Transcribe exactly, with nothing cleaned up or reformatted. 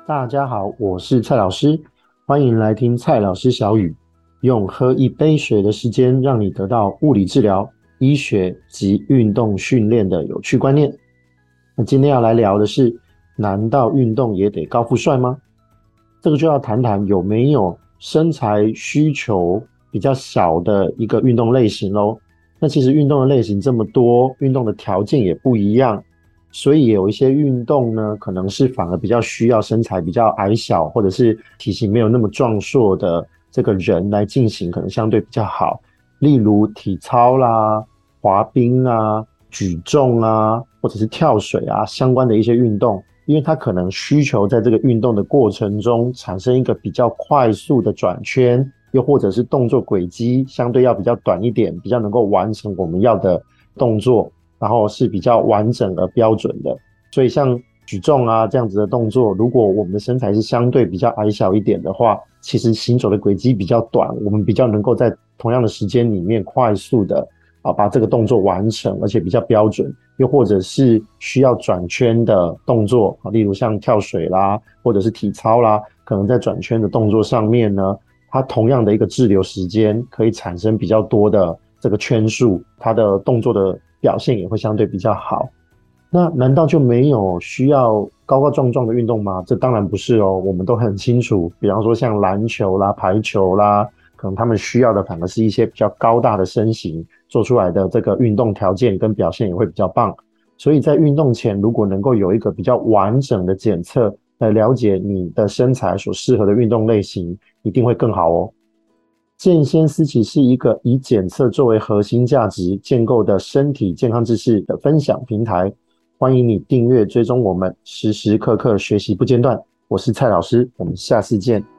大家好，我是蔡老师，欢迎来听蔡老师小语，用喝一杯水的时间，让你得到物理治疗、医学及运动训练的有趣观念。那今天要来聊的是，难道运动也得高富帅吗？这个就要谈谈有没有身材需求比较小的一个运动类型咯。那其实运动的类型这么多，运动的条件也不一样，所以有一些运动呢，可能是反而比较需要身材比较矮小，或者是体型没有那么壮硕的这个人来进行，可能相对比较好。例如体操啦、滑冰啊、举重啊，或者是跳水啊相关的一些运动，因为它可能需求在这个运动的过程中产生一个比较快速的转圈，又或者是动作轨迹相对要比较短一点，比较能够完成我们要的动作，然后是比较完整而标准的。所以像举重啊这样子的动作，如果我们的身材是相对比较矮小一点的话，其实行走的轨迹比较短，我们比较能够在同样的时间里面快速的啊把这个动作完成，而且比较标准。又或者是需要转圈的动作，例如像跳水啦，或者是体操啦，可能在转圈的动作上面呢，它同样的一个滞留时间可以产生比较多的这个圈数，它的动作的表现也会相对比较好。那难道就没有需要高高壮壮的运动吗？这当然不是哦，我们都很清楚，比方说像篮球啦、排球啦，可能他们需要的反而是一些比较高大的身形，做出来的这个运动条件跟表现也会比较棒。所以在运动前，如果能够有一个比较完整的检测，来了解你的身材所适合的运动类型，一定会更好哦。健先思齐是一个以检测作为核心价值建构的身体健康知识的分享平台，欢迎你订阅追踪我们，时时刻刻学习不间断。我是蔡老师，我们下次见。